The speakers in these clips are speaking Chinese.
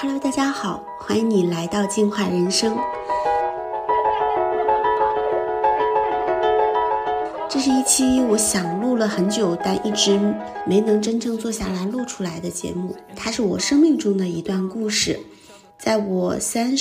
Hello， 大家好，欢迎你来到进化人生。这是一期我想录了很久，但一直没能真正坐下来录出来的节目。它是我生命中的一段故事。在我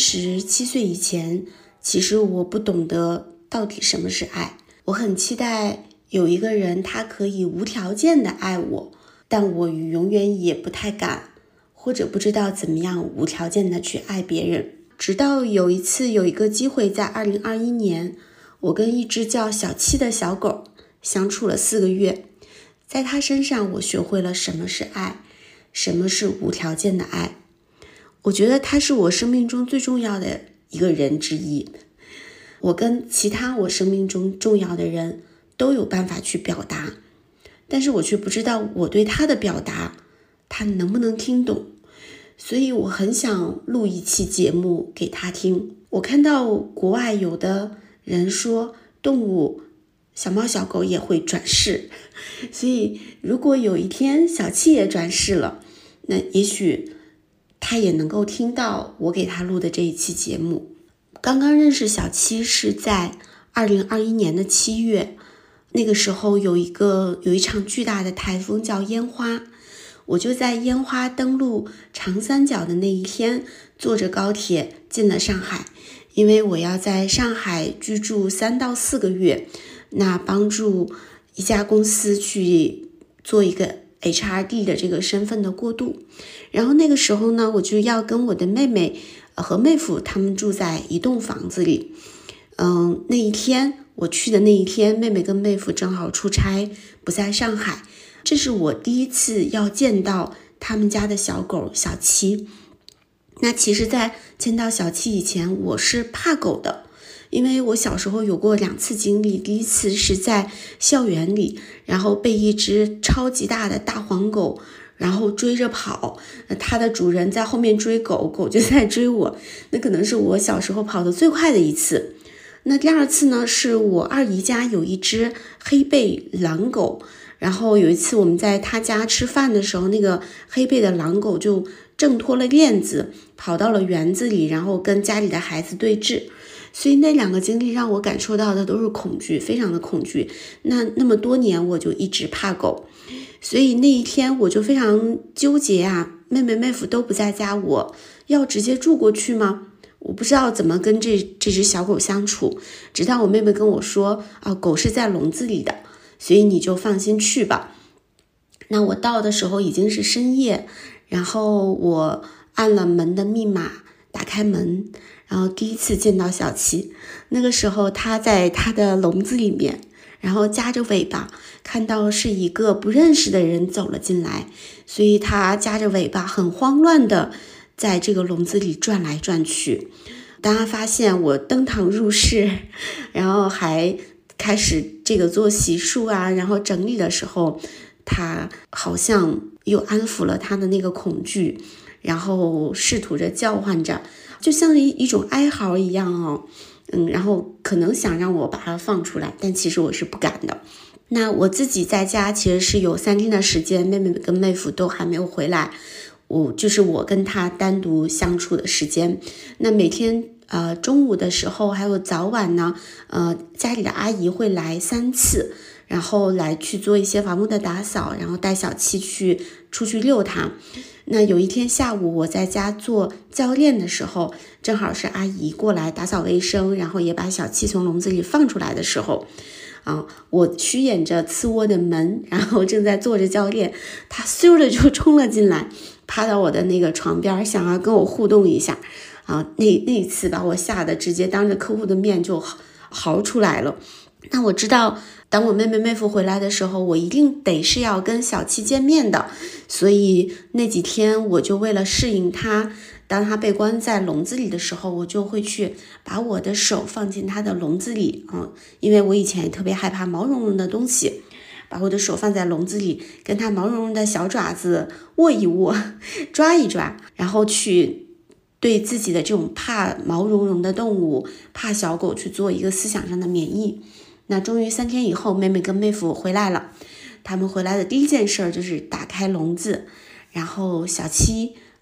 37岁以前，其实我不懂得到底什么是爱。我很期待有一个人，他可以无条件的爱我，但我永远也不太敢，或者不知道怎么样无条件的去爱别人。直到有一次有一个机会，在2021年，我跟一只叫小七的小狗相处了4个月，在它身上我学会了什么是爱，什么是无条件的爱。我觉得它是我生命中最重要的一个人之一。我跟其他我生命中重要的人都有办法去表达，但是我却不知道我对他的表达他能不能听懂，所以我很想录一期节目给他听。我看到国外有的人说动物小猫小狗也会转世，所以如果有一天小七也转世了，那也许他也能够听到我给他录的这一期节目。刚刚认识小七是在2021年的7月，那个时候有一场巨大的台风叫烟花，我就在烟花登陆长三角的那一天坐着高铁进了上海，因为我要在上海居住3到4个月，那帮助一家公司去做一个 HRD 的这个身份的过渡。然后那个时候呢，我就要跟我的妹妹和妹夫他们住在一栋房子里。那一天我去的那一天，妹妹跟妹夫正好出差不在上海，这是我第一次要见到他们家的小狗小七。那其实在见到小七以前，我是怕狗的，因为我小时候有过2次经历。第一次是在校园里，然后被一只超级大的大黄狗然后追着跑，它的主人在后面追狗，狗就在追我，那可能是我小时候跑得最快的一次。那第2次呢，是我二姨家有一只黑背狼狗，然后有一次我们在他家吃饭的时候，那个黑背的狼狗就挣脱了链子，跑到了园子里，然后跟家里的孩子对峙。所以那2个经历让我感受到的都是恐惧，非常的恐惧。那么多年我就一直怕狗，所以那一天我就非常纠结啊，妹妹妹夫都不在家，我要直接住过去吗？我不知道怎么跟这只小狗相处，直到我妹妹跟我说狗是在笼子里的，所以你就放心去吧。那我到的时候已经是深夜，然后我按了门的密码，打开门，然后第一次见到小七。那个时候他在他的笼子里面，然后夹着尾巴，看到是一个不认识的人走了进来，所以他夹着尾巴很慌乱的在这个笼子里转来转去。当他发现我登堂入室，然后还开始这个做洗漱啊，然后整理的时候，他好像又安抚了他的那个恐惧，然后试图着叫唤着，就像一种哀嚎一样哦。然后可能想让我把它放出来，但其实我是不敢的。那我自己在家其实是有3天的时间，妹妹跟妹夫都还没有回来，就是我跟他单独相处的时间。那每天中午的时候还有早晚呢，家里的阿姨会来3次，然后来去做一些房屋的打扫，然后带小七出去遛它。那有一天下午我在家做教练的时候，正好是阿姨过来打扫卫生，然后也把小七从笼子里放出来的时候我虚掩着次卧的门，然后正在做着教练，他嗖的就冲了进来，趴到我的那个床边，想要跟我互动一下那一次把我吓得直接当着客户的面就嚎出来了。那我知道当我妹妹妹夫回来的时候，我一定得是要跟小七见面的，所以那几天我就为了适应他，当他被关在笼子里的时候，我就会去把我的手放进他的笼子里因为我以前也特别害怕毛茸茸的东西，把我的手放在笼子里，跟他毛茸茸的小爪子握一握，抓一抓，然后去对自己的这种怕毛茸茸的动物，怕小狗去做一个思想上的免疫。那终于3天以后，妹妹跟妹夫回来了，他们回来的第一件事就是打开笼子，然后小七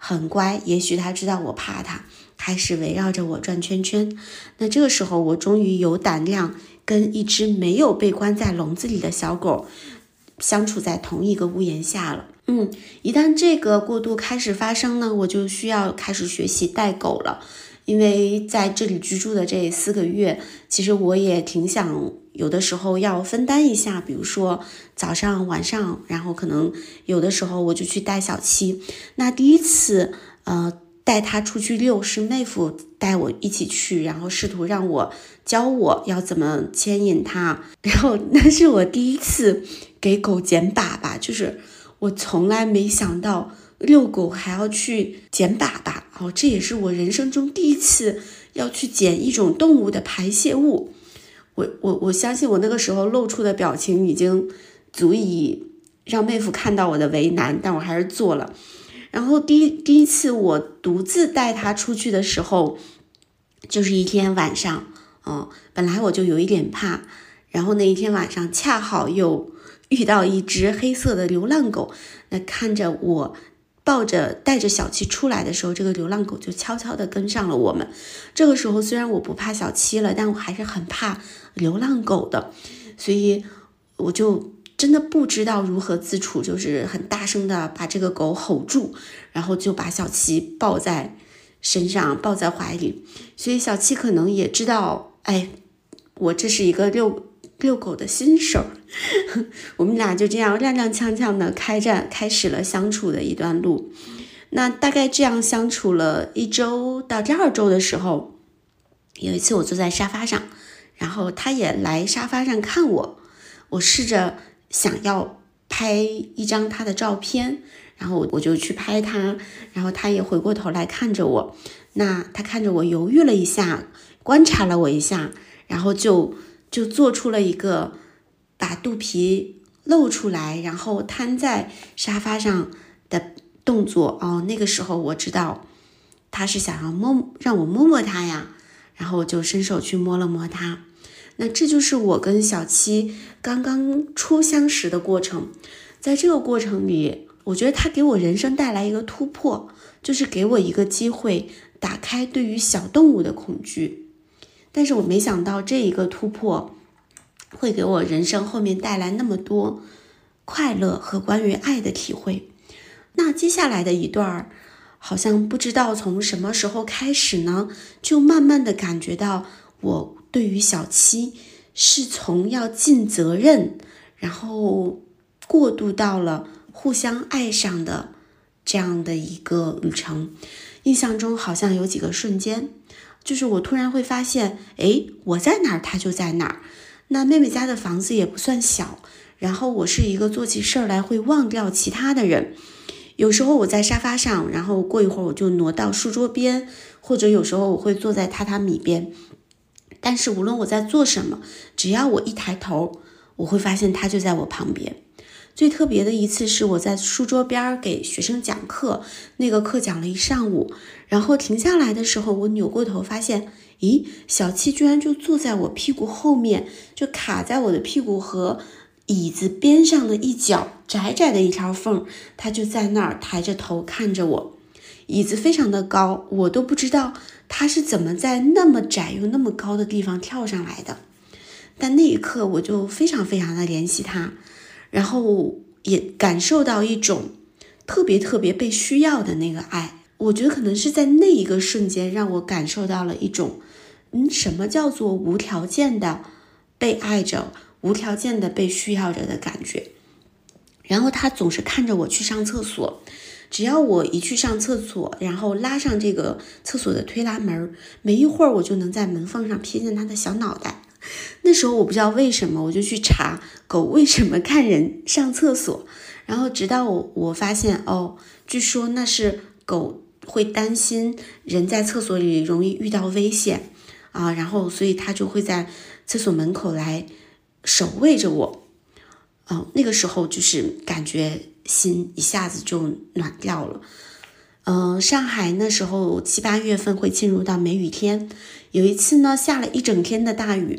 很乖，也许它知道我怕它，开始围绕着我转圈圈。那这个时候我终于有胆量跟一只没有被关在笼子里的小狗相处在同一个屋檐下了。一旦这个过渡开始发生呢，我就需要开始学习带狗了。因为在这里居住的这4个月，其实我也挺想有的时候要分担一下，比如说早上晚上，然后可能有的时候我就去带小七。那第一次带他出去遛是妹夫带我一起去，然后试图让我教我要怎么牵引他，然后那是我第一次给狗剪粑粑，就是我从来没想到遛狗还要去剪粑粑这也是我人生中第一次要去剪一种动物的排泄物。我相信我那个时候露出的表情已经足以让妹夫看到我的为难，但我还是做了。然后第一次我独自带他出去的时候，就是一天晚上本来我就有一点怕，然后那一天晚上恰好又遇到一只黑色的流浪狗，那看着我带着小七出来的时候，这个流浪狗就悄悄地跟上了我们。这个时候虽然我不怕小七了，但我还是很怕流浪狗的，所以我就真的不知道如何自处，就是很大声的把这个狗吼住，然后就把小七抱在身上，抱在怀里。所以小七可能也知道，我这是一个遛狗的新手，我们俩就这样踉踉跄跄的开始了相处的一段路。那大概这样相处了1周到第2周的时候，有一次我坐在沙发上，然后他也来沙发上看我，我试着想要拍一张他的照片，然后我就去拍他，然后他也回过头来看着我。那他看着我犹豫了一下，观察了我一下，然后就做出了一个把肚皮露出来，然后瘫在沙发上的动作。那个时候我知道他是想要让我摸摸他呀，然后我就伸手去摸了摸他。那这就是我跟小七刚刚初相识的过程。在这个过程里，我觉得他给我人生带来一个突破，就是给我一个机会打开对于小动物的恐惧。但是我没想到这一个突破会给我人生后面带来那么多快乐和关于爱的体会。那接下来的一段好像不知道从什么时候开始呢，就慢慢的感觉到我对于小七是从要尽责任，然后过渡到了互相爱上的这样的一个旅程。印象中好像有几个瞬间，就是我突然会发现，我在哪儿他就在哪儿。那妹妹家的房子也不算小，然后我是一个做起事儿来会忘掉其他的人。有时候我在沙发上，然后过一会儿我就挪到书桌边，或者有时候我会坐在榻榻米边。但是无论我在做什么，只要我一抬头，我会发现他就在我旁边。最特别的一次是我在书桌边给学生讲课，那个课讲了一上午，然后停下来的时候，我扭过头发现，小七居然就坐在我屁股后面，就卡在我的屁股和椅子边上的一角窄窄的一条缝，他就在那儿抬着头看着我。椅子非常的高，我都不知道他是怎么在那么窄又那么高的地方跳上来的。但那一刻我就非常非常的怜惜他，然后也感受到一种特别特别被需要的那个爱。我觉得可能是在那一个瞬间让我感受到了一种什么叫做无条件的被爱着，无条件的被需要着的感觉。然后他总是看着我去上厕所，只要我一去上厕所，然后拉上这个厕所的推拉门，没一会儿我就能在门缝上瞥见他的小脑袋。那时候我不知道为什么，我就去查狗为什么看人上厕所，然后直到我发现据说那是狗会担心人在厕所里容易遇到危险然后所以它就会在厕所门口来守卫着我。那个时候就是感觉心一下子就暖掉了。上海那时候7、8月份会进入到梅雨天，有一次呢下了一整天的大雨，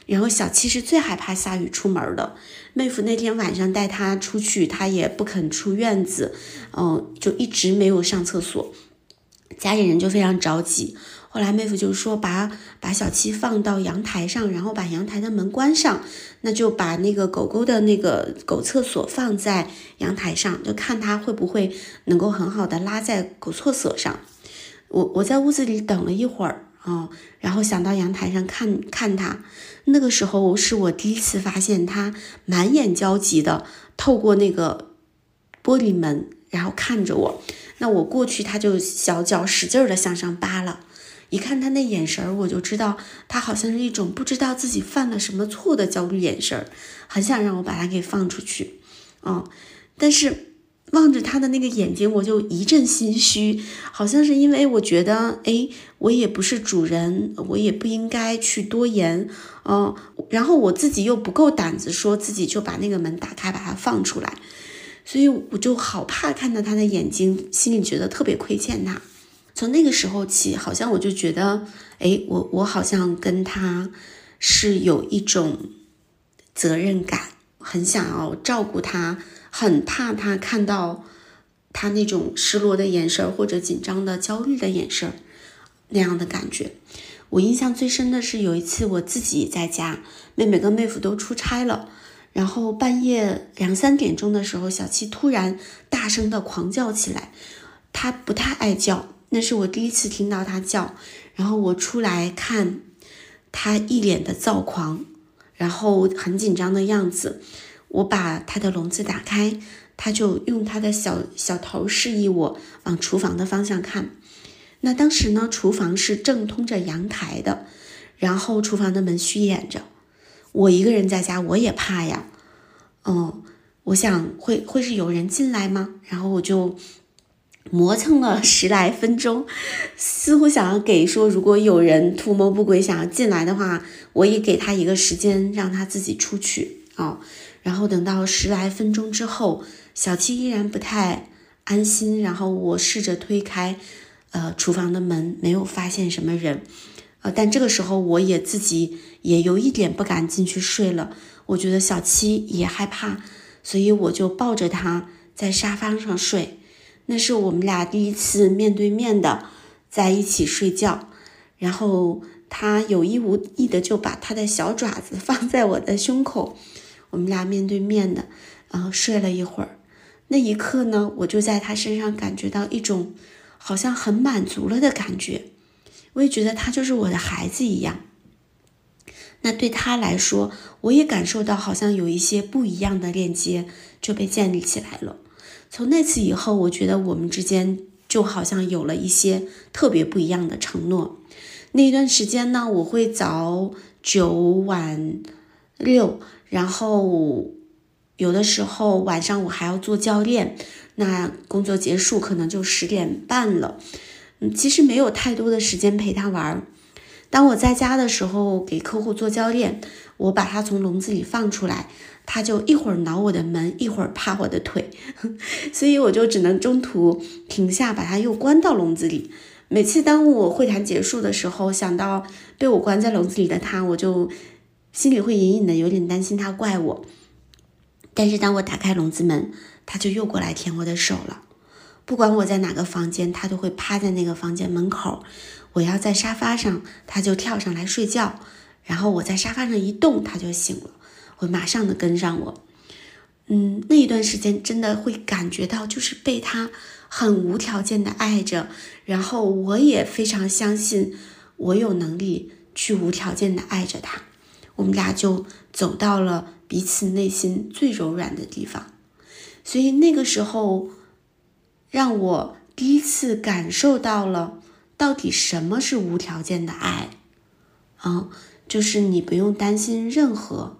然后小七是最害怕下雨出门的，妹夫那天晚上带他出去，他也不肯出院子，就一直没有上厕所，家里人就非常着急。后来妹夫就说把小七放到阳台上，然后把阳台的门关上，那就把那个狗狗的那个狗厕所放在阳台上，就看他会不会能够很好的拉在狗厕所上。我在屋子里等了一会儿然后想到阳台上看他，那个时候是我第一次发现他满眼焦急的透过那个玻璃门，然后看着我。那我过去，他就小脚使劲的向上扒了。一看他那眼神，我就知道他好像是一种不知道自己犯了什么错的焦虑眼神，很想让我把他给放出去。但是望着他的那个眼睛，我就一阵心虚，好像是因为我觉得，我也不是主人，我也不应该去多言，然后我自己又不够胆子说自己就把那个门打开，把它放出来，所以我就好怕看到他的眼睛，心里觉得特别亏欠他。从那个时候起，好像我就觉得，我好像跟他是有一种责任感，很想要照顾他，很怕他看到他那种失落的眼神或者紧张的焦虑的眼神那样的感觉。我印象最深的是有一次我自己在家，妹妹跟妹夫都出差了，然后半夜2、3点钟的时候，小七突然大声的狂叫起来。他不太爱叫，那是我第一次听到他叫，然后我出来看，他一脸的躁狂，然后很紧张的样子。我把他的笼子打开，他就用他的小头示意我往厨房的方向看。那当时呢，厨房是正通着阳台的，然后厨房的门虚掩着。我一个人在家，我也怕呀。我想会是有人进来吗？然后我就磨蹭了10来分钟，似乎想要给说，如果有人图谋不轨想要进来的话，我也给他一个时间让他自己出去然后等到10来分钟之后，小七依然不太安心，然后我试着推开厨房的门，没有发现什么人但这个时候我也自己也有一点不敢进去睡了，我觉得小七也害怕，所以我就抱着他在沙发上睡。那是我们俩第一次面对面的在一起睡觉，然后他有意无意的就把他的小爪子放在我的胸口，我们俩面对面的睡了一会儿。那一刻呢，我就在他身上感觉到一种好像很满足了的感觉，我也觉得他就是我的孩子一样。那对他来说，我也感受到好像有一些不一样的链接就被建立起来了。从那次以后，我觉得我们之间就好像有了一些特别不一样的承诺。那一段时间呢，我会早9晚6，然后有的时候晚上我还要做教练，那工作结束可能就10点半了。其实没有太多的时间陪他玩。当我在家的时候给客户做教练，我把他从笼子里放出来，他就一会儿挠我的门，一会儿趴我的腿，所以我就只能中途停下，把他又关到笼子里。每次当我会谈结束的时候，想到被我关在笼子里的他，我就心里会隐隐的有点担心他怪我。但是当我打开笼子门，他就又过来舔我的手了。不管我在哪个房间，他都会趴在那个房间门口。我要在沙发上，他就跳上来睡觉，然后我在沙发上一动，他就醒了，会马上的跟上我。那一段时间真的会感觉到就是被他很无条件的爱着，然后我也非常相信我有能力去无条件的爱着他。我们俩就走到了彼此内心最柔软的地方。所以那个时候让我第一次感受到了到底什么是无条件的爱就是你不用担心任何，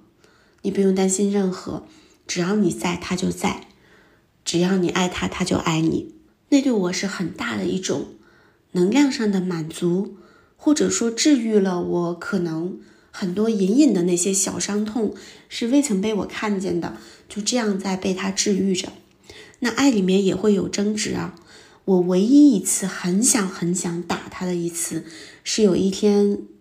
只要你在，他就在，只要你爱他，他就爱你。那对我是很大的一种能量上的满足，或者说治愈了我可能很多隐隐的那些小伤痛是未曾被我看见的，就这样在被他治愈着。那爱里面也会有争执我唯一一次很想打他的一次，是有一天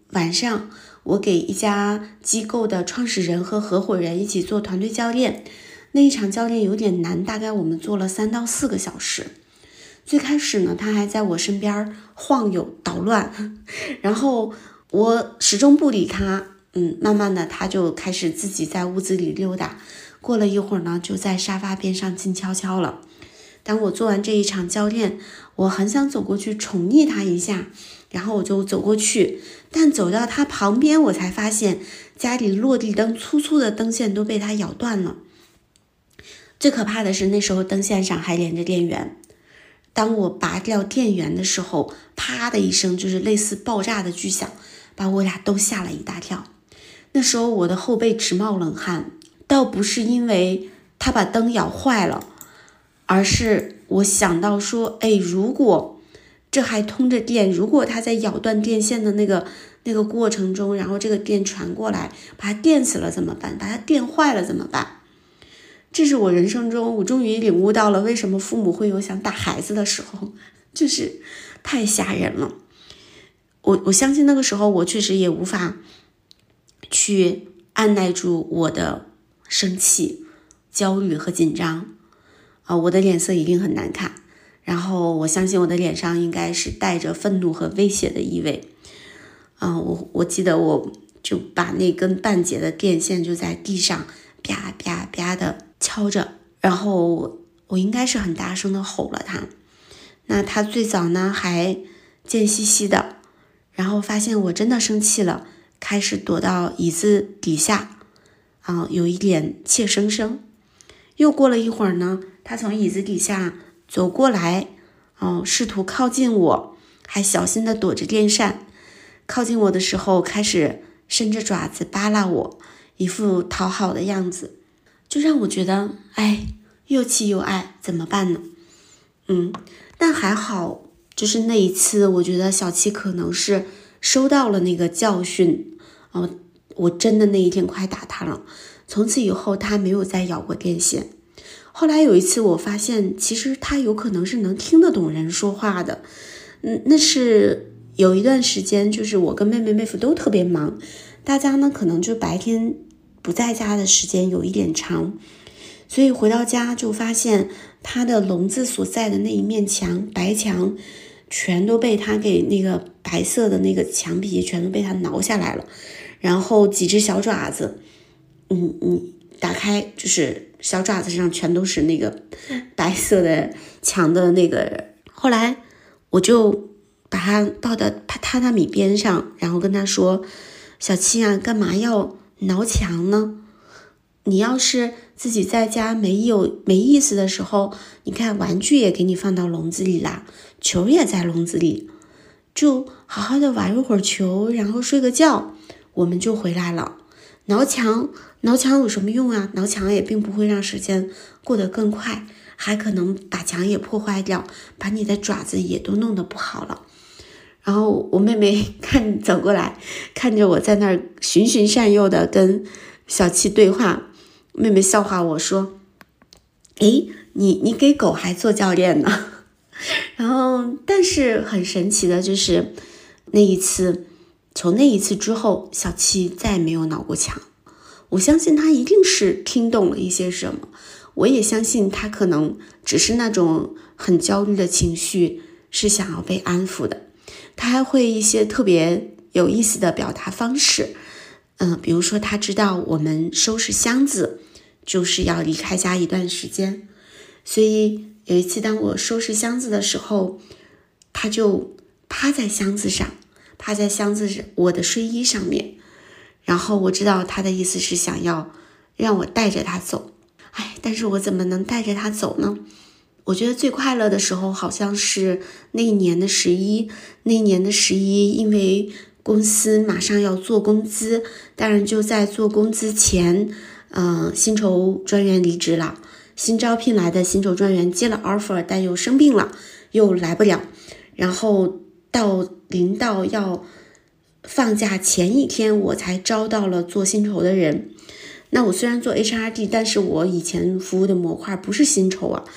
晚上我给一家机构的创始人和合伙人一起做团队教练，那一场教练有点难，大概我们做了3到4个小时。最开始呢，他还在我身边晃悠捣乱，然后我始终不理他，慢慢的他就开始自己在屋子里溜达，过了一会儿呢，就在沙发边上静悄悄了。当我做完这一场教练，我很想走过去宠溺他一下，然后我就走过去，但走到他旁边，我才发现家里落地灯粗粗的灯线都被他咬断了。最可怕的是那时候灯线上还连着电源，当我拔掉电源的时候，啪的一声，就是类似爆炸的巨响，把我俩都吓了一大跳。那时候我的后背直冒冷汗，倒不是因为他把灯咬坏了，而是我想到说，如果这还通着电，如果他在咬断电线的那个过程中，然后这个电传过来，把他电死了怎么办？把他电坏了怎么办？这是我人生中我终于领悟到了为什么父母会有想打孩子的时候，就是太吓人了。我相信那个时候我确实也无法去按耐住我的生气、焦虑和紧张我的脸色一定很难看，然后我相信我的脸上应该是带着愤怒和威胁的意味我记得我就把那根半截的电线就在地上啪啪啪的敲着，然后我应该是很大声的吼了他。那他最早呢还贱兮兮的，然后发现我真的生气了，开始躲到椅子底下有一点怯生生。又过了一会儿呢，他从椅子底下走过来试图靠近我，还小心的躲着电扇。靠近我的时候开始伸着爪子扒拉我，一副讨好的样子，就让我觉得又气又爱，怎么办呢？但还好，就是那一次我觉得小七可能是收到了那个教训我真的那一天快打他了，从此以后他没有再咬过电线。后来有一次我发现其实他有可能是能听得懂人说话的，那是有一段时间就是我跟妹夫都特别忙，大家呢可能就白天不在家的时间有一点长，所以回到家就发现他的笼子所在的那一面墙，白墙全都被他给那个白色的那个墙皮全都被他挠下来了，然后几只小爪子打开就是小爪子上全都是那个白色的墙的那个。后来我就把他抱到榻榻米边上，然后跟他说，小七啊，干嘛要挠墙呢？你要是自己在家没意思的时候，你看玩具也给你放到笼子里啦，球也在笼子里，就好好的玩一会儿球，然后睡个觉，我们就回来了。挠墙有什么用啊？挠墙也并不会让时间过得更快，还可能把墙也破坏掉，把你的爪子也都弄得不好了。然后我妹妹走过来，看着我在那儿循循善诱的跟小七对话，妹妹笑话我说，你给狗还做教练呢。然后但是很神奇的就是从那一次之后，小七再也没有挠过墙。我相信他一定是听懂了一些什么，我也相信他可能只是那种很焦虑的情绪是想要被安抚的。他还会一些特别有意思的表达方式，比如说他知道我们收拾箱子就是要离开家一段时间，所以有一次当我收拾箱子的时候，他就趴在箱子我的睡衣上面，然后我知道他的意思是想要让我带着他走。但是我怎么能带着他走呢？我觉得最快乐的时候好像是那一年的十一，因为公司马上要做工资，当然就在做工资前薪酬专员离职了，新招聘来的薪酬专员接了 offer， 但又生病了，又来不了，然后临到要放假前一天，我才招到了做薪酬的人。那我虽然做 HRD， 但是我以前服务的模块不是薪酬啊，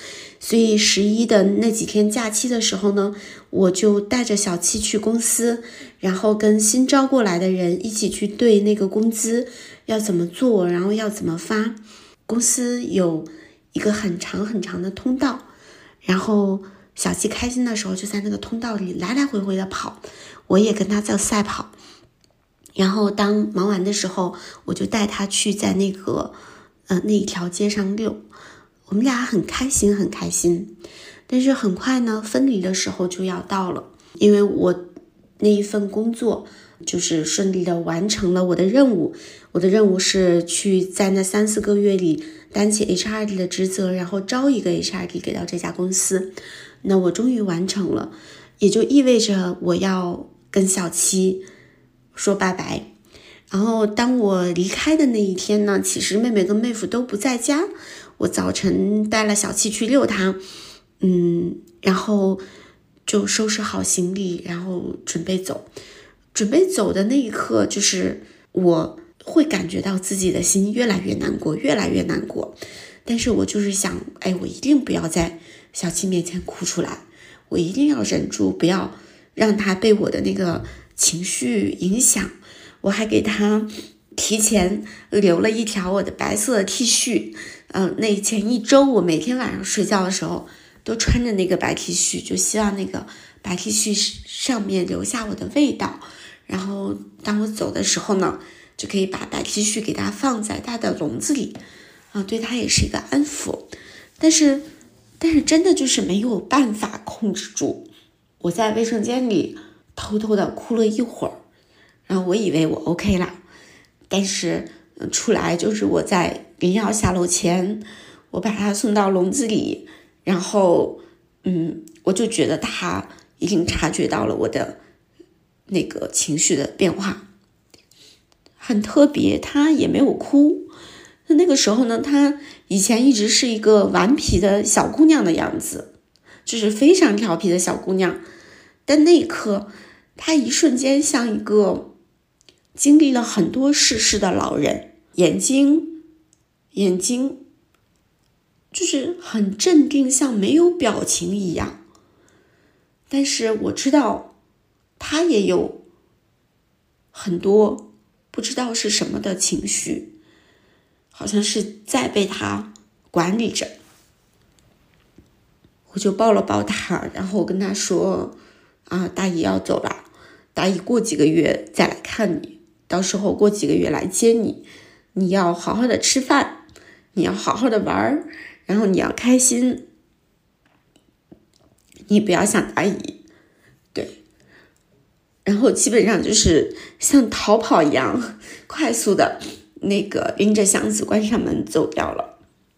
所以11的那几天假期的时候呢，我就带着小七去公司，然后跟新招过来的人一起去对那个工资要怎么做，然后要怎么发。公司有一个很长很长的通道，然后小七开心的时候就在那个通道里来来回回的跑，我也跟他在赛跑。然后当忙完的时候，我就带他去在那一条街上溜，我们俩很开心很开心。但是很快呢，分离的时候就要到了，因为我那一份工作就是顺利的完成了我的任务。我的任务是去在那3-4个月里担起 HRD 的职责，然后招一个 HRD 给到这家公司。那我终于完成了，也就意味着我要跟小七说拜拜。然后当我离开的那一天呢，其实妹妹跟妹夫都不在家。我早晨带了小七去遛他，然后就收拾好行李，然后准备走的那一刻，就是我会感觉到自己的心越来越难过，越来越难过。但是我就是想，我一定不要在小七面前哭出来，我一定要忍住，不要让他被我的那个情绪影响。我还给他提前留了一条我的白色的 T 恤，那前一周我每天晚上睡觉的时候都穿着那个白 T 恤，就希望那个白 T 恤上面留下我的味道，然后当我走的时候呢，就可以把白 T 恤给他放在他的笼子里，对他也是一个安抚。但是真的就是没有办法控制住，我在卫生间里偷偷的哭了一会儿，然后我以为我 OK 了，但是出来就是我在临要下楼前，我把他送到笼子里，然后我就觉得他已经察觉到了我的那个情绪的变化，很特别，他也没有哭。那个时候呢，他以前一直是一个顽皮的小姑娘的样子，就是非常调皮的小姑娘，但那一刻他一瞬间像一个经历了很多世事的老人，眼睛就是很镇定，像没有表情一样。但是我知道他也有很多不知道是什么的情绪，好像是在被他管理着。我就抱了抱他，然后我跟他说大姨要走了，大姨过几个月再来看你，到时候过几个月来接你，你要好好的吃饭，你要好好的玩，然后你要开心，你不要想大姨。对，然后基本上就是像逃跑一样快速的那个拎着箱子关上门走掉了。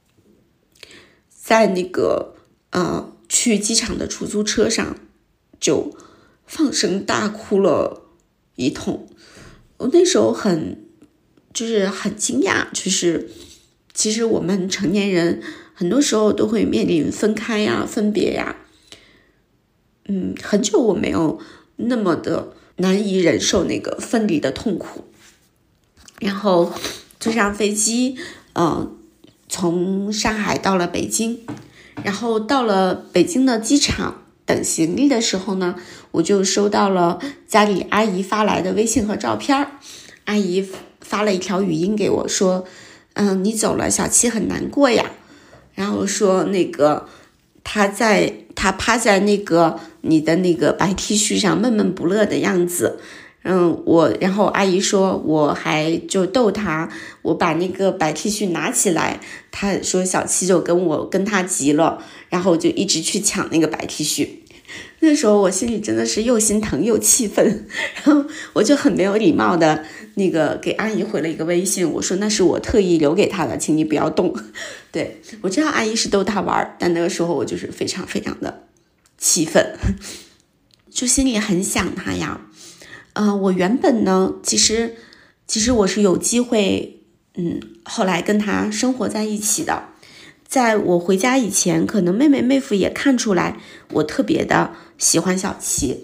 在那个去机场的出租车上就放声大哭了一通。我那时候很惊讶，就是其实我们成年人很多时候都会面临分开呀、分别呀。很久我没有那么的难以忍受那个分离的痛苦。然后坐上飞机，从上海到了北京，然后到了北京的机场等行李的时候呢，我就收到了家里阿姨发来的微信和照片。阿姨发了一条语音给我说，你走了，小七很难过呀。然后说那个他趴在那个你的那个白 T 恤上闷闷不乐的样子。然后阿姨说，我还就逗他，我把那个白 T 恤拿起来，他说小七就跟他急了，然后我就一直去抢那个白 T 恤。那时候我心里真的是又心疼又气愤，然后我就很没有礼貌的那个给阿姨回了一个微信，我说那是我特意留给他的，请你不要动。对，我知道阿姨是逗他玩，但那个时候我就是非常非常的气愤，就心里很想他呀。我原本呢，其实我是有机会，后来跟他生活在一起的。在我回家以前，可能妹妹妹夫也看出来我特别的喜欢小七，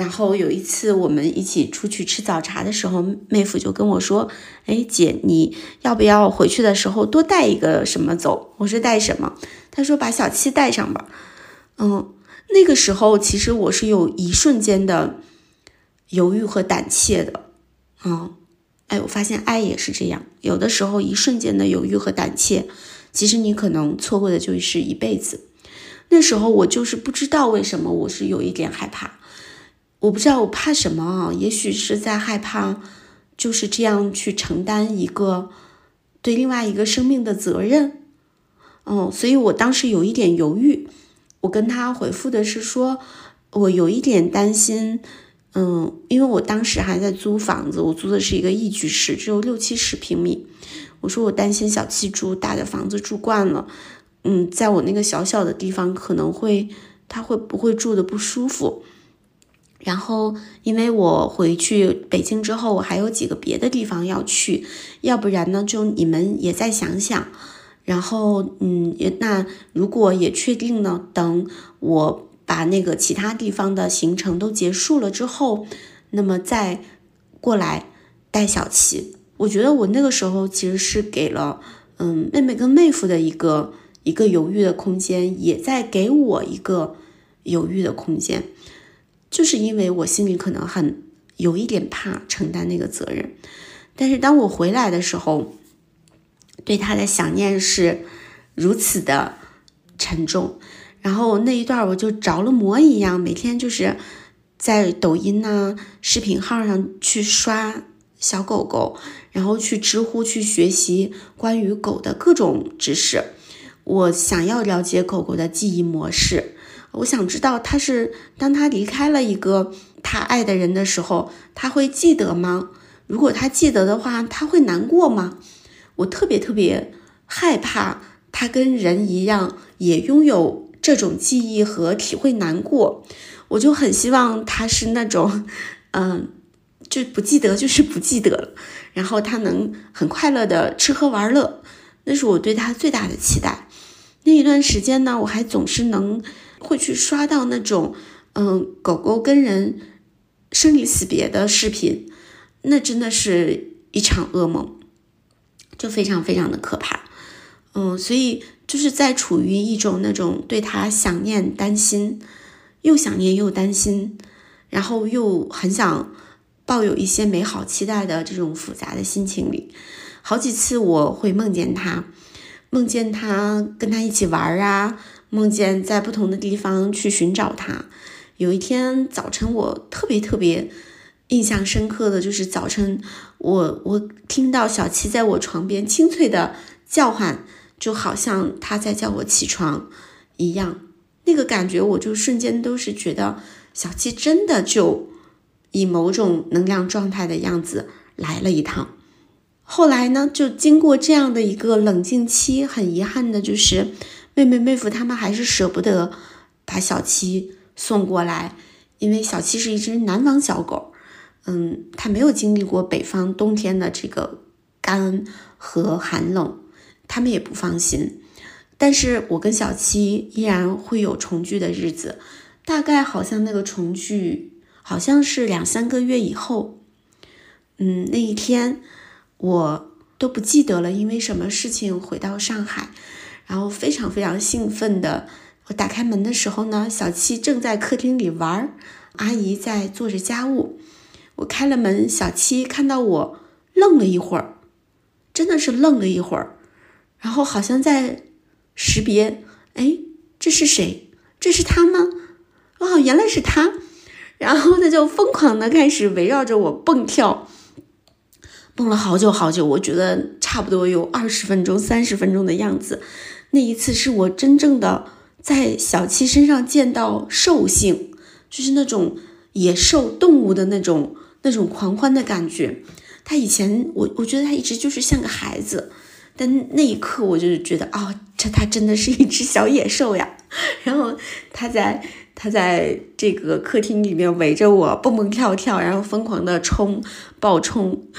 然后有一次我们一起出去吃早茶的时候，妹夫就跟我说，姐，你要不要回去的时候多带一个什么走？我说带什么？他说把小七带上吧。那个时候其实我是有一瞬间的犹豫和胆怯的。我发现爱也是这样，有的时候一瞬间的犹豫和胆怯，其实你可能错过的就是一辈子。那时候我就是不知道为什么我是有一点害怕，我不知道我怕什么啊，也许是在害怕就是这样去承担一个对另外一个生命的责任。所以我当时有一点犹豫，我跟他回复的是说，我有一点担心，因为我当时还在租房子，我租的是一个一居室，只有60-70平米。我说我担心小七住大的房子住惯了，在我那个小小的地方可能他会不会住的不舒服。然后因为我回去北京之后，我还有几个别的地方要去，要不然呢就你们也再想想。然后那如果也确定呢，等我把那个其他地方的行程都结束了之后，那么再过来带小七。我觉得我那个时候其实是给了妹妹跟妹夫的一个犹豫的空间，也在给我一个犹豫的空间，就是因为我心里可能有一点怕承担那个责任。但是当我回来的时候，对他的想念是如此的沉重，然后那一段我就着了魔一样，每天就是在抖音视频号上去刷小狗狗，然后去知乎去学习关于狗的各种知识。我想要了解狗狗的记忆模式，我想知道当他离开了一个他爱的人的时候，他会记得吗？如果他记得的话，他会难过吗？我特别特别害怕他跟人一样也拥有这种记忆和体会难过。我就很希望他是那种就不记得就是不记得了，然后他能很快乐的吃喝玩乐，那是我对他最大的期待。那一段时间呢，我还总是会去刷到那种狗狗跟人生离死别的视频，那真的是一场噩梦，就非常非常的可怕。所以就是在处于一种那种对他想念担心，又想念又担心，然后又很想抱有一些美好期待的这种复杂的心情里。好几次我会梦见他跟他一起玩梦见在不同的地方去寻找他。有一天早晨我特别特别印象深刻的就是早晨我听到小七在我床边清脆的叫唤，就好像他在叫我起床一样。那个感觉我就瞬间都是觉得小七真的就以某种能量状态的样子来了一趟。后来呢，就经过这样的一个冷静期，很遗憾的就是妹妹妹夫他们还是舍不得把小七送过来，因为小七是一只南方小狗，它没有经历过北方冬天的这个干和寒冷，他们也不放心。但是我跟小七依然会有重聚的日子，大概好像那个重聚好像是2-3个月以后。那一天我都不记得了因为什么事情回到上海，然后非常非常兴奋的，我打开门的时候呢，小七正在客厅里玩，阿姨在做着家务。我开了门，小七看到我愣了一会儿，真的是愣了一会儿，然后好像在识别，这是谁？这是他吗？原来是他。然后他就疯狂的开始围绕着我蹦跳，蹦了好久好久，我觉得差不多有20分钟30分钟的样子。那一次是我真正的在小七身上见到兽性，就是那种野兽动物的那种狂欢的感觉。他以前我觉得他一直就是像个孩子，但那一刻我就觉得他真的是一只小野兽呀。然后他在这个客厅里面围着我蹦蹦跳跳，然后疯狂的爆冲。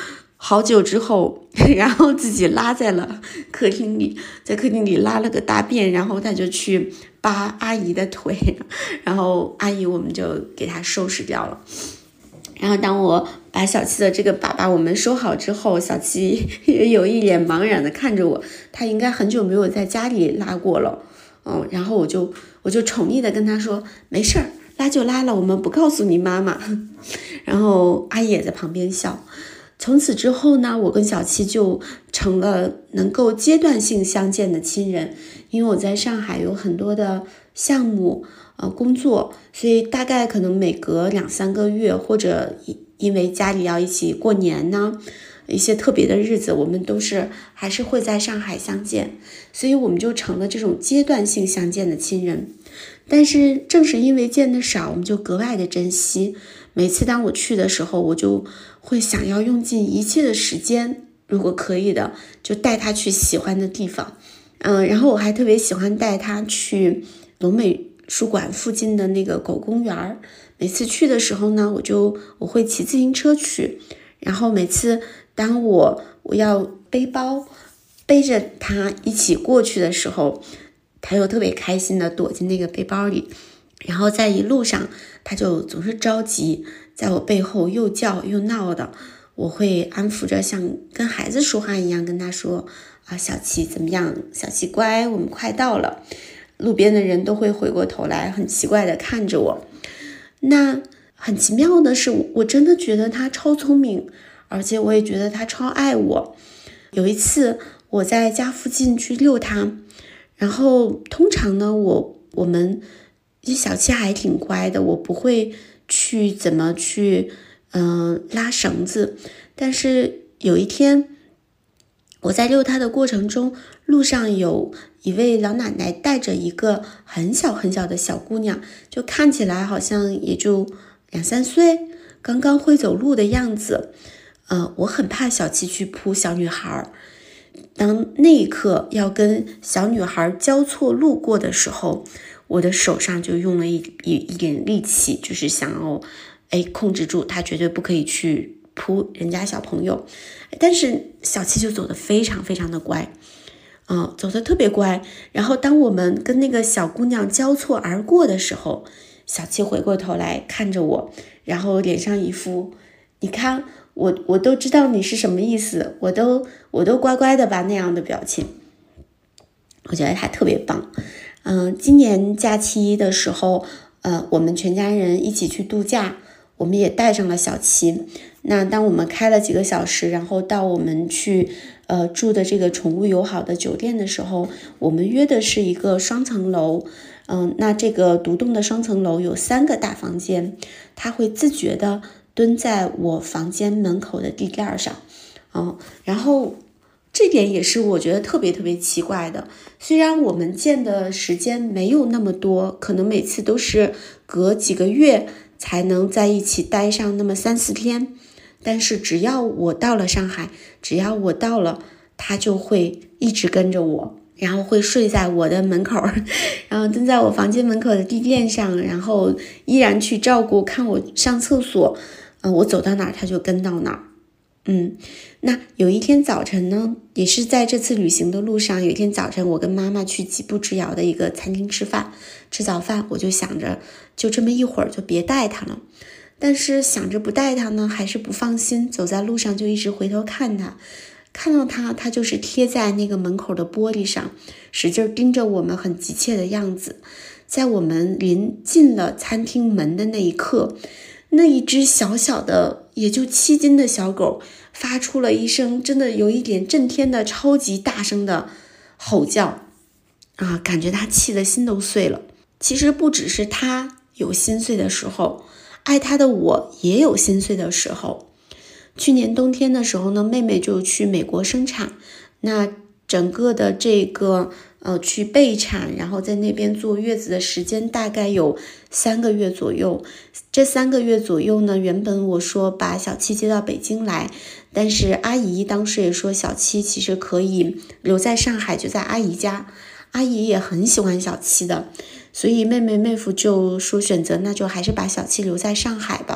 好久之后，然后自己拉在了客厅里，在客厅里拉了个大便，然后他就去扒阿姨的腿，然后阿姨我们就给他收拾掉了。然后当我把小七的这个粑粑我们收好之后，小七也有一脸茫然的看着我，他应该很久没有在家里拉过了。然后我就宠溺的跟他说，没事儿，拉就拉了，我们不告诉你妈妈。然后阿姨也在旁边笑。从此之后呢，我跟小七就成了能够阶段性相见的亲人，因为我在上海有很多的项目工作，所以大概可能每隔2-3个月，或者因为家里要一起过年呢，一些特别的日子，我们都是还是会在上海相见，所以我们就成了这种阶段性相见的亲人。但是正是因为见得少，我们就格外的珍惜。每次当我去的时候，我就会想要用尽一切的时间，如果可以的，就带他去喜欢的地方。然后我还特别喜欢带他去龙美术馆附近的那个狗公园。每次去的时候呢，我会骑自行车去，然后每次当我要背包背着他一起过去的时候，他又特别开心的躲进那个背包里，然后在一路上他就总是着急，在我背后又叫又闹的。我会安抚着，像跟孩子说话一样跟他说小七怎么样，小七乖，我们快到了。路边的人都会回过头来很奇怪的看着我。那很奇妙的是，我真的觉得他超聪明，而且我也觉得他超爱我。有一次我在家附近去遛他，然后通常呢我们小七还挺乖的，我不会去怎么去拉绳子。但是有一天我在遛他的过程中，路上有一位老奶奶带着一个很小很小的小姑娘，就看起来好像也就2-3岁，刚刚会走路的样子。我很怕小七去扑小女孩，当那一刻要跟小女孩交错路过的时候，我的手上就用了一点力气，就是想要控制住，她绝对不可以去扑人家小朋友。但是小七就走得非常非常的乖，走得特别乖。然后当我们跟那个小姑娘交错而过的时候，小七回过头来看着我，然后脸上一副你看我都知道你是什么意思，我都乖乖的吧那样的表情。我觉得他特别棒。今年假期的时候，我们全家人一起去度假，我们也带上了小七。那当我们开了几个小时，然后到我们去住的这个宠物友好的酒店的时候，我们约的是一个双层楼。那这个独栋的双层楼有3个大房间，它会自觉的蹲在我房间门口的地垫上。然后这点也是我觉得特别特别奇怪的。虽然我们见的时间没有那么多，可能每次都是隔几个月才能在一起待上那么3-4天，但是只要我到了上海，只要我到了，他就会一直跟着我，然后会睡在我的门口，然后蹲在我房间门口的地垫上，然后依然去照顾看我上厕所。我走到哪儿他就跟到哪儿。那有一天早晨呢，也是在这次旅行的路上，有一天早晨我跟妈妈去几步之遥的一个餐厅吃早饭，我就想着就这么一会儿就别带他了。但是想着不带他呢，还是不放心，走在路上就一直回头看他，看到他就是贴在那个门口的玻璃上，使劲盯着我们，很急切的样子。在我们临进了餐厅门的那一刻，那一只小小的也就7斤的小狗发出了一声真的有一点震天的超级大声的吼叫感觉他气得心都碎了。其实不只是他有心碎的时候，爱他的我也有心碎的时候。去年冬天的时候呢，妹妹就去美国生产，那整个的这个去备产，然后在那边坐月子的时间大概有3个月左右。这3个月左右呢，原本我说把小七接到北京来，但是阿姨当时也说小七其实可以留在上海，就在阿姨家，阿姨也很喜欢小七的，所以妹夫就说选择那就还是把小七留在上海吧，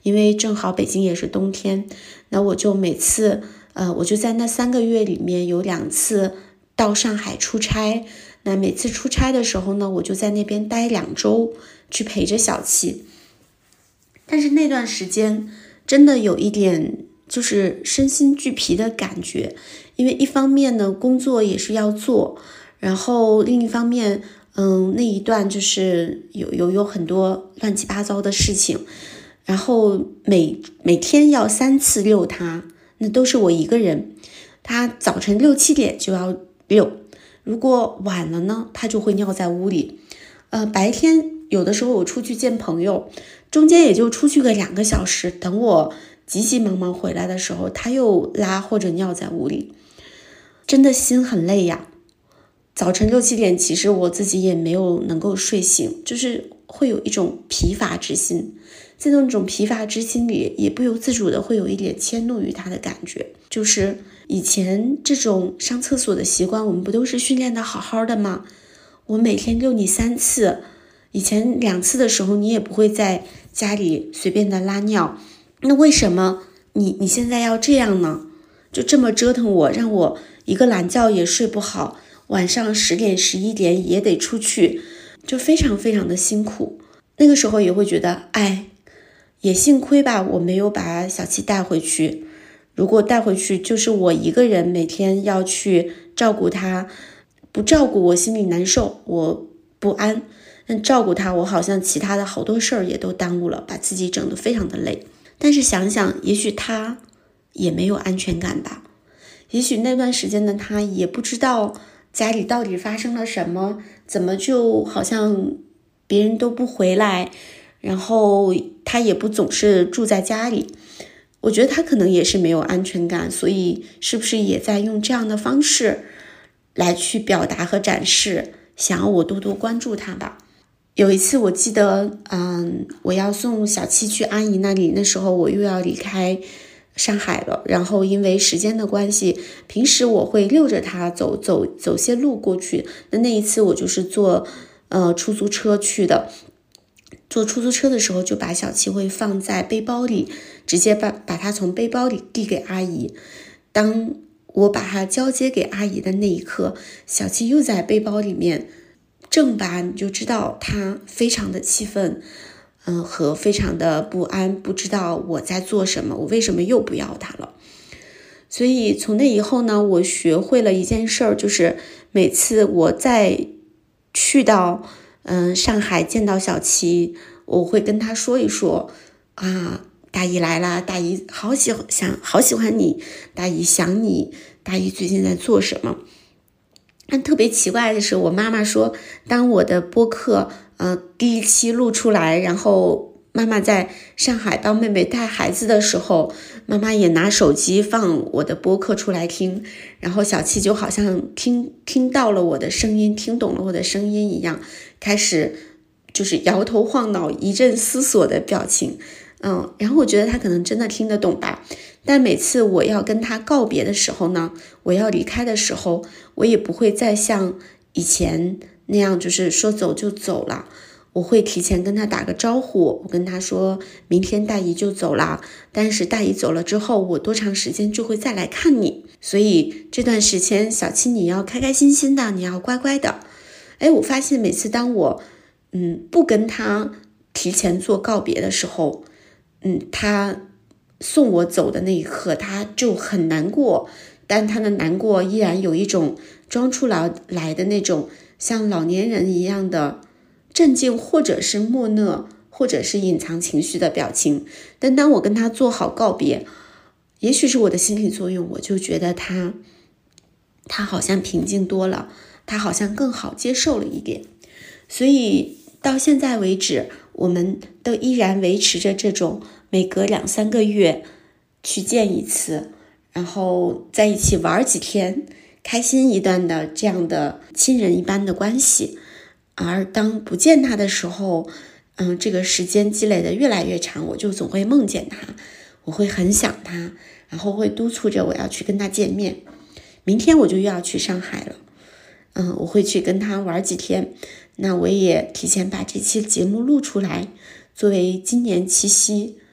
因为正好北京也是冬天，那我就每次我就在那3个月里面有2次到上海出差，那每次出差的时候呢，我就在那边待2周去陪着小七。但是那段时间真的有一点就是身心俱疲的感觉，因为一方面呢工作也是要做，然后另一方面那一段就是有很多乱七八糟的事情，然后每天要3次遛他，那都是我一个人，他早晨6、7点就要遛，如果晚了呢他就会尿在屋里。白天有的时候我出去见朋友，中间也就出去个2个小时，等我急急忙忙回来的时候，他又拉或者尿在屋里，真的心很累呀。早晨6、7点其实我自己也没有能够睡醒，就是会有一种疲乏之心，在那种疲乏之心里也不由自主的会有一点迁怒于他的感觉。就是以前这种上厕所的习惯我们不都是训练的好好的吗？我每天遛你3次，以前2次的时候你也不会在家里随便的拉尿，那为什么你现在要这样呢？就这么折腾我，让我一个懒觉也睡不好，晚上10点11点也得出去，就非常非常的辛苦。那个时候也会觉得也幸亏吧，我没有把小七带回去，如果带回去就是我一个人每天要去照顾他，不照顾我心里难受，我不安，但照顾他我好像其他的好多事儿也都耽误了，把自己整得非常的累。但是想想也许他也没有安全感吧，也许那段时间的他也不知道家里到底发生了什么，怎么就好像别人都不回来，然后他也不总是住在家里。我觉得他可能也是没有安全感，所以是不是也在用这样的方式来去表达和展示，想要我多多关注他吧。有一次我记得我要送小七去阿姨那里，那时候我又要离开上海了，然后因为时间的关系，平时我会溜着他走些路过去，那一次我就是坐出租车去的。坐出租车的时候就把小七会放在背包里，直接把他从背包里递给阿姨。当我把他交接给阿姨的那一刻，小七又在背包里面正吧，你就知道他非常的气愤和非常的不安，不知道我在做什么，我为什么又不要他了。所以从那以后呢，我学会了一件事儿，就是每次我再去到上海见到小七，我会跟他说一说大姨来啦，大姨好喜欢你，大姨想你，大姨最近在做什么。但特别奇怪的是，我妈妈说当我的播客第1期录出来，然后妈妈在上海帮妹妹带孩子的时候，妈妈也拿手机放我的播客出来听，然后小七就好像听到了我的声音，听懂了我的声音一样，开始就是摇头晃脑，一阵思索的表情。然后我觉得他可能真的听得懂吧，但每次我要跟他告别的时候呢，我要离开的时候，我也不会再像以前那样就是说走就走了，我会提前跟他打个招呼，我跟他说明天大姨就走了，但是大姨走了之后，我多长时间就会再来看你，所以这段时间小七你要开开心心的，你要乖乖的。我发现每次当我不跟他提前做告别的时候，他送我走的那一刻，他就很难过，但他的难过依然有一种装出来的那种像老年人一样的镇静，或者是默讷，或者是隐藏情绪的表情。但当我跟他做好告别，也许是我的心理作用，我就觉得他好像平静多了，他好像更好接受了一点。所以到现在为止，我们都依然维持着这种每隔2、3个月去见一次，然后在一起玩几天，开心一段的这样的亲人一般的关系。而当不见他的时候，这个时间积累的越来越长，我就总会梦见他，我会很想他，然后会督促着我要去跟他见面。明天我就又要去上海了，我会去跟他玩几天。那我也提前把这期节目录出来，作为今年七夕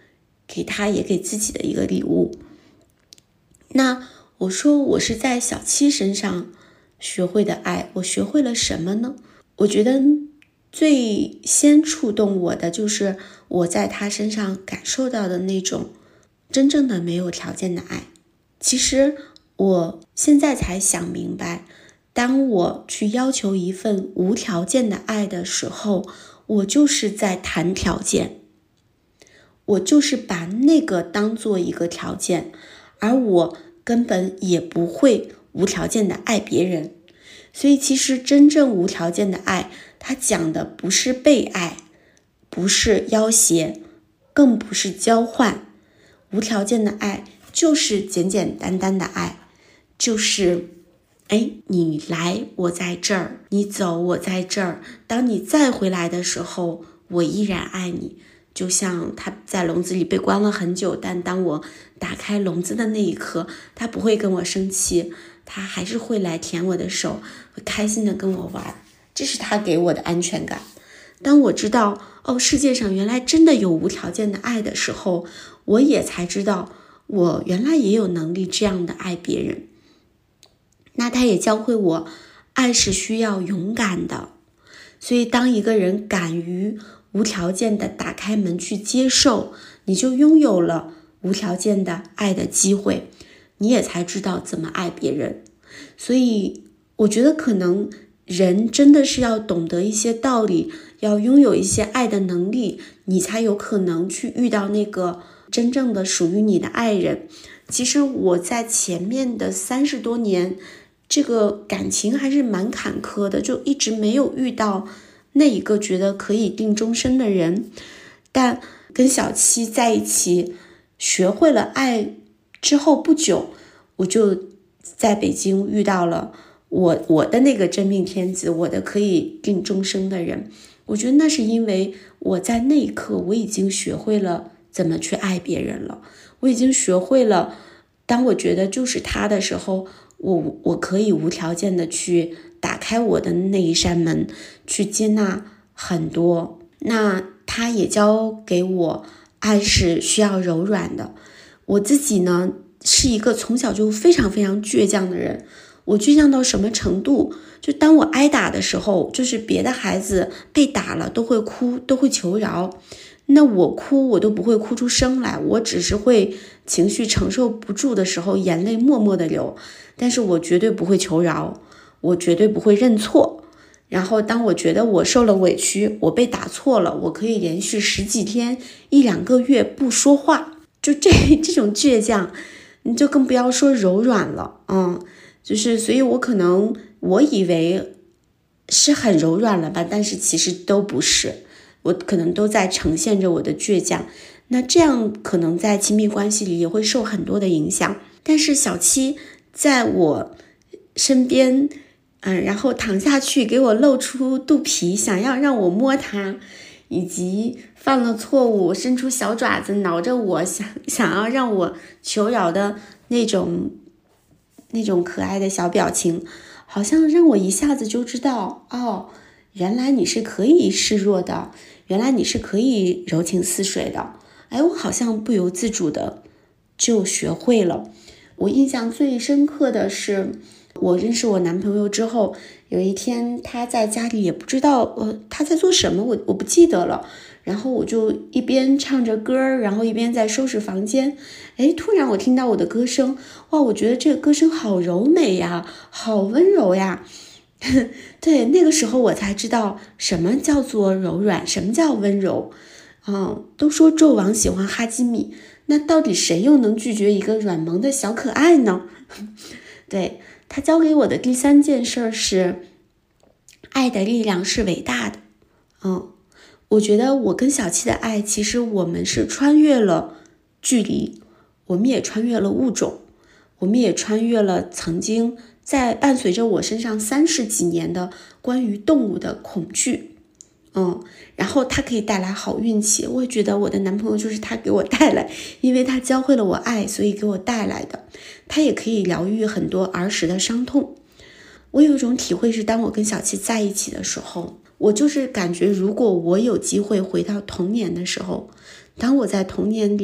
给他也给自己的一个礼物。那我说我是在小七身上学会的爱，我学会了什么呢？我觉得最先触动我的就是我在他身上感受到的那种真正的没有条件的爱。其实我现在才想明白，当我去要求一份无条件的爱的时候，我就是在谈条件，我就是把那个当做一个条件，而我根本也不会无条件的爱别人。所以其实真正无条件的爱，它讲的不是被爱，不是要挟，更不是交换。无条件的爱就是简简单单的爱，就是你来我在这儿，你走我在这儿，当你再回来的时候，我依然爱你。就像他在笼子里被关了很久，但当我打开笼子的那一刻，他不会跟我生气，他还是会来舔我的手，会开心的跟我玩，这是他给我的安全感。当我知道世界上原来真的有无条件的爱的时候，我也才知道我原来也有能力这样的爱别人。那他也教会我，爱是需要勇敢的。所以当一个人敢于无条件的打开门去接受，你就拥有了无条件的爱的机会，你也才知道怎么爱别人。所以我觉得可能人真的是要懂得一些道理，要拥有一些爱的能力，你才有可能去遇到那个真正的属于你的爱人。其实我在前面的30多年，这个感情还是蛮坎坷的，就一直没有遇到那一个觉得可以定终身的人。但跟小七在一起学会了爱之后不久，我就在北京遇到了我的那个真命天子，我的可以定终生的人。我觉得那是因为我在那一刻我已经学会了怎么去爱别人了，我已经学会了当我觉得就是他的时候，我可以无条件的去打开我的那一扇门，去接纳很多。那他也教给我爱是需要柔软的。我自己呢是一个从小就非常非常倔强的人，我倔强到什么程度，就当我挨打的时候，就是别的孩子被打了都会哭，都会求饶，那我哭我都不会哭出声来，我只是会情绪承受不住的时候眼泪默默的流，但是我绝对不会求饶，我绝对不会认错。然后当我觉得我受了委屈，我被打错了，我可以连续10几天1-2个月不说话，就这种倔强，你就更不要说柔软了。就是所以我以为是很柔软了吧，但是其实都不是，我可能都在呈现着我的倔强。那这样可能在亲密关系里也会受很多的影响。但是小七在我身边然后躺下去给我露出肚皮，想要让我摸他，以及犯了错误伸出小爪子挠着我，想要让我求饶的那种可爱的小表情，好像让我一下子就知道，原来你是可以示弱的，原来你是可以柔情似水的。我好像不由自主的就学会了。我印象最深刻的是，我认识我男朋友之后，有一天他在家里也不知道他在做什么，我不记得了。然后我就一边唱着歌，然后一边在收拾房间。突然我听到我的歌声，我觉得这个歌声好柔美呀，好温柔呀。对，那个时候我才知道什么叫做柔软，什么叫温柔。都说纣王喜欢哈基米，那到底谁又能拒绝一个软萌的小可爱呢？对，他教给我的第3件事是，爱的力量是伟大的。我觉得我跟小七的爱，其实我们是穿越了距离，我们也穿越了物种，我们也穿越了曾经在伴随着我身上30几年的关于动物的恐惧。然后他可以带来好运气，我也觉得我的男朋友就是他给我带来，因为他教会了我爱，所以给我带来的。他也可以疗愈很多儿时的伤痛。我有一种体会是，当我跟小七在一起的时候，我就是感觉如果我有机会回到童年的时候，当我在童年里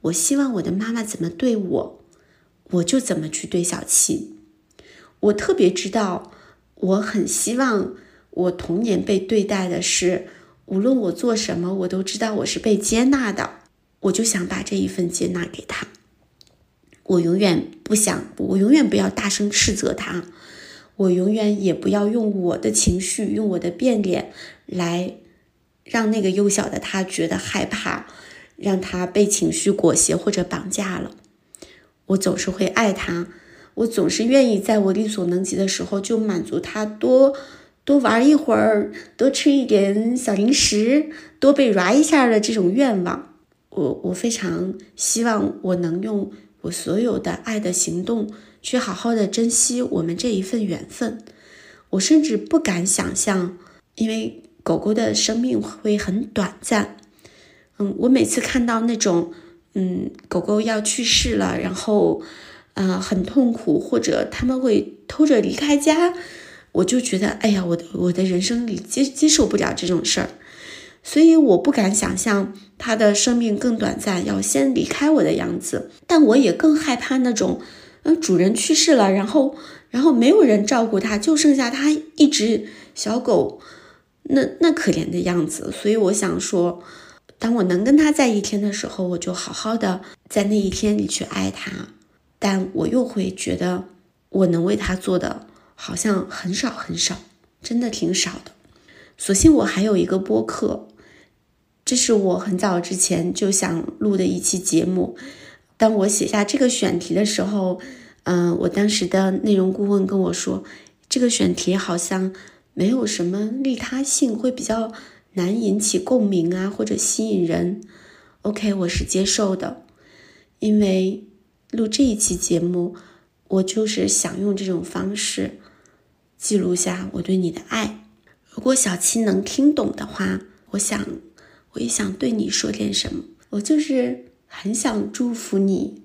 我希望我的妈妈怎么对我，我就怎么去对小七。我特别知道，我很希望我童年被对待的是，无论我做什么，我都知道我是被接纳的，我就想把这一份接纳给他。我永远不要大声斥责他，我永远也不要用我的情绪，用我的变脸来让那个幼小的他觉得害怕，让他被情绪裹挟或者绑架了。我总是会爱他，我总是愿意在我力所能及的时候就满足他多玩一会儿，多吃一点小零食，多被抓一下的这种愿望。我非常希望我能用我所有的爱的行动去好好的珍惜我们这一份缘分。我甚至不敢想象，因为狗狗的生命会很短暂。我每次看到那种狗狗要去世了，然后很痛苦，或者他们会偷着离开家，我就觉得哎呀，我的人生里接受不了这种事儿。所以我不敢想象它的生命更短暂，要先离开我的样子。但我也更害怕那种主人去世了，然后没有人照顾它，就剩下它一只小狗，那可怜的样子。所以我想说，当我能跟它在一天的时候，我就好好的在那一天里去爱它。但我又会觉得我能为它做的好像很少很少，真的挺少的。所幸我还有一个播客，这是我很早之前就想录的一期节目。当我写下这个选题的时候，我当时的内容顾问跟我说，这个选题好像没有什么利他性，会比较难引起共鸣啊，或者吸引人。OK， 我是接受的，因为录这一期节目，我就是想用这种方式记录下我对你的爱。如果小七能听懂的话，我也想对你说点什么。我就是很想祝福你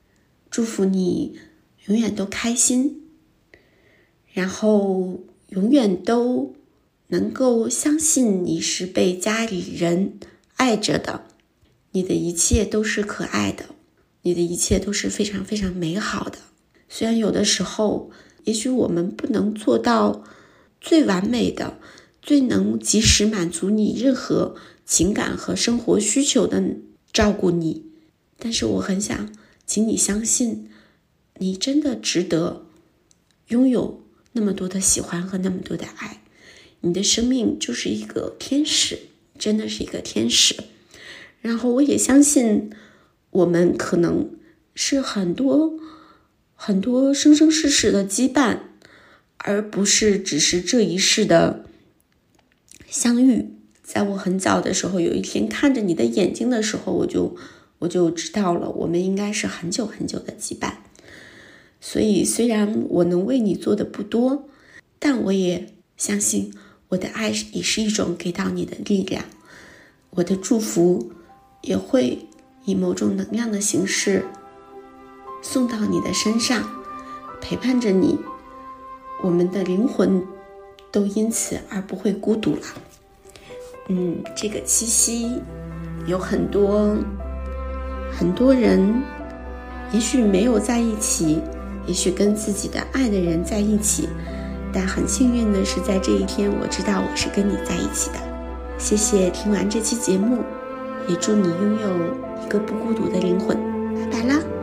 永远都开心，然后永远都能够相信你是被家里人爱着的，你的一切都是可爱的，你的一切都是非常非常美好的。虽然有的时候也许我们不能做到最完美的，最能及时满足你任何情感和生活需求的照顾你，但是我很想请你相信，你真的值得拥有那么多的喜欢和那么多的爱。你的生命就是一个天使，真的是一个天使。然后我也相信我们可能是很多很多生生世世的羁绊，而不是只是这一世的相遇。在我很早的时候，有一天看着你的眼睛的时候，我就知道了，我们应该是很久很久的羁绊。所以虽然我能为你做的不多，但我也相信我的爱也是一种给到你的力量，我的祝福也会以某种能量的形式送到你的身上，陪伴着你，我们的灵魂都因此而不会孤独了。这个七夕有很多人也许没有在一起，也许跟自己的爱的人在一起，但很幸运的是在这一天我知道我是跟你在一起的。谢谢听完这期节目，也祝你拥有一个不孤独的灵魂。拜拜啦。